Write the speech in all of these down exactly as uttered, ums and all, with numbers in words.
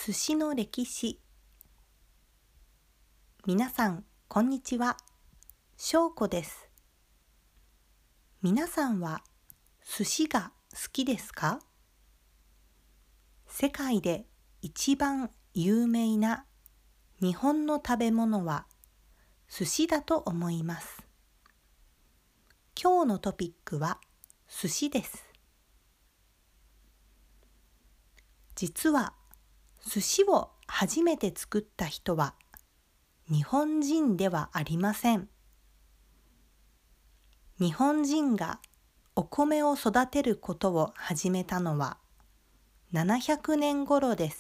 寿司の歴史。皆さんこんにちは、しょうこです。皆さんは寿司が好きですか？世界で一番有名な日本の食べ物は寿司だと思います。今日のトピックは寿司です。実は寿司を初めて作った人は日本人ではありません。日本人がお米を育てることを始めたのはななひゃくねん頃です。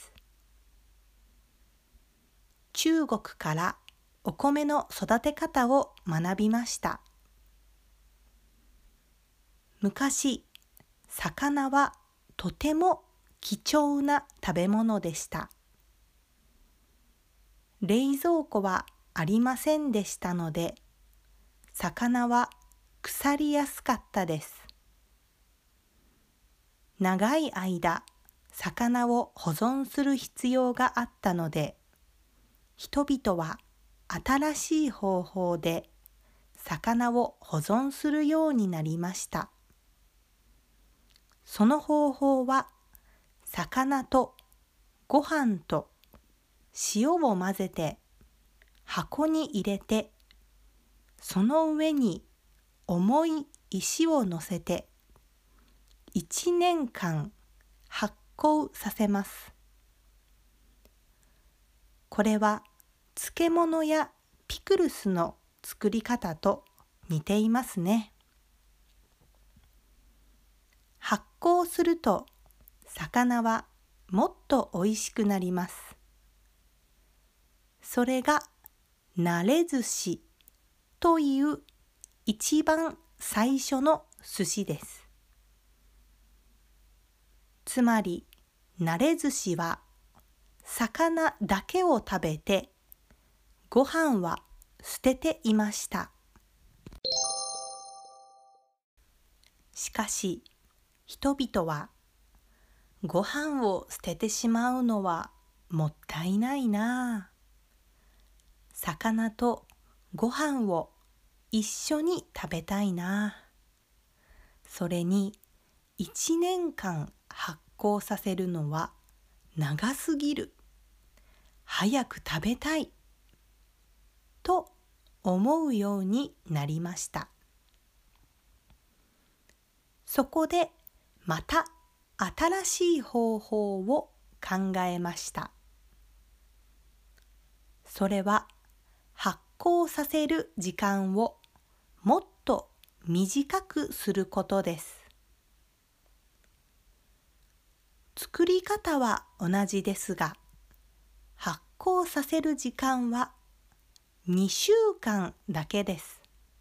中国からお米の育て方を学びました。昔、魚はとても貴重な食べ物でした。冷蔵庫はありませんでしたので、魚は腐りやすかったです。長い間、魚を保存する必要があったので、人々は新しい方法で魚を保存するようになりました。その方法は、魚とご飯と塩を混ぜて箱に入れて、その上に重い石を乗せていちねんかん発酵させます。これは漬物やピクルスの作り方と似ていますね。発酵すると魚はもっとおいしくなります。それが慣れ寿司という一番最初の寿司です。つまり慣れ寿司は魚だけを食べてご飯は捨てていました。しかし人々はご飯を捨ててしまうのはもったいないなあ。魚とご飯を一緒に食べたいな。それにいちねんかん発酵させるのは長すぎる。早く食べたい。と思うようになりました。そこでまた新しい方法を考えました。それは発酵させる時間をもっと短くすることです。作り方は同じですが、発酵させる時間はにしゅうかんだけです。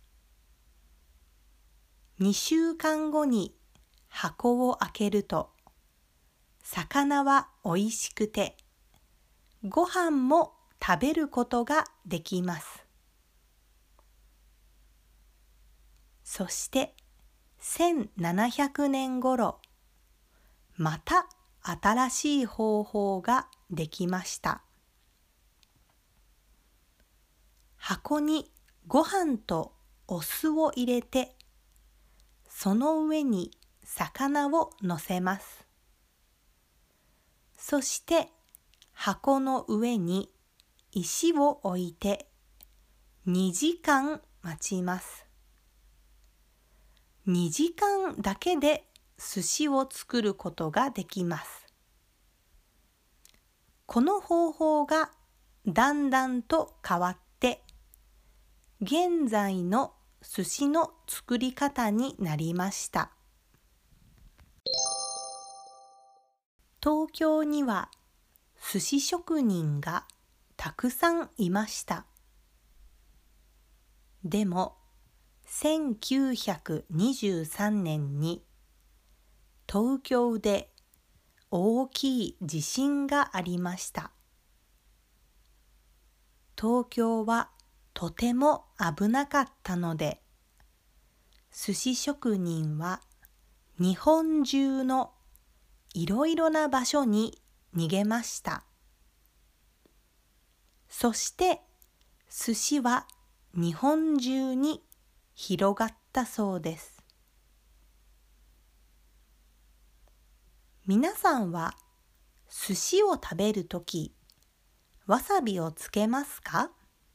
にしゅうかんごに箱を開けると、魚はおいしくて、ご飯も食べることができます。そしてせんななひゃくねん頃、また新しい方法ができました。箱にご飯とお酢を入れて、その上に魚を乗せます。そして箱の上に石を置いてにじかん待ちます。にじかんだけで寿司を作ることができます。この方法がだんだんと変わって、現在の寿司の作り方になりました。東京には寿司職人がたくさんいました。でもせんきゅうひゃくにじゅうさんねんに東京で大きい地震がありました。東京はとても危なかったので、寿司職人は日本中のいろいろな場所に逃げました。 そして寿司は日本中に広がったそうです。皆さんは寿司を食べるとき、わさびをつけますか？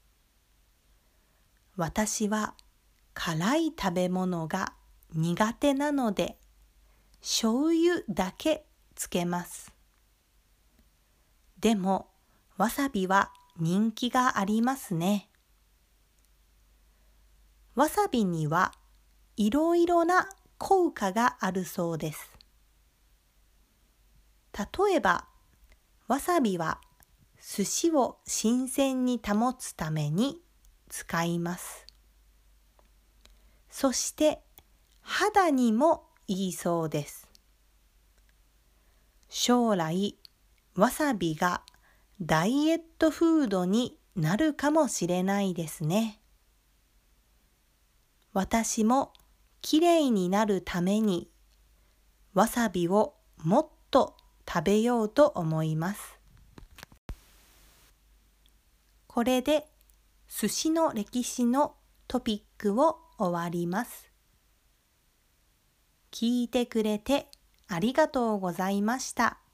私は辛い食べ物が苦手なので、醤油だけつけます。でも、わさびは人気がありますね。わさびにはいろいろな効果があるそうです。例えば、わさびは寿司を新鮮に保つために使います。そして肌にもいいそうです。将来、わさびがダイエットフードになるかもしれないですね。私もきれいになるためにわさびをもっと食べようと思います。これで寿司の歴史のトピックを終わります。聞いてくれてありがとうございました。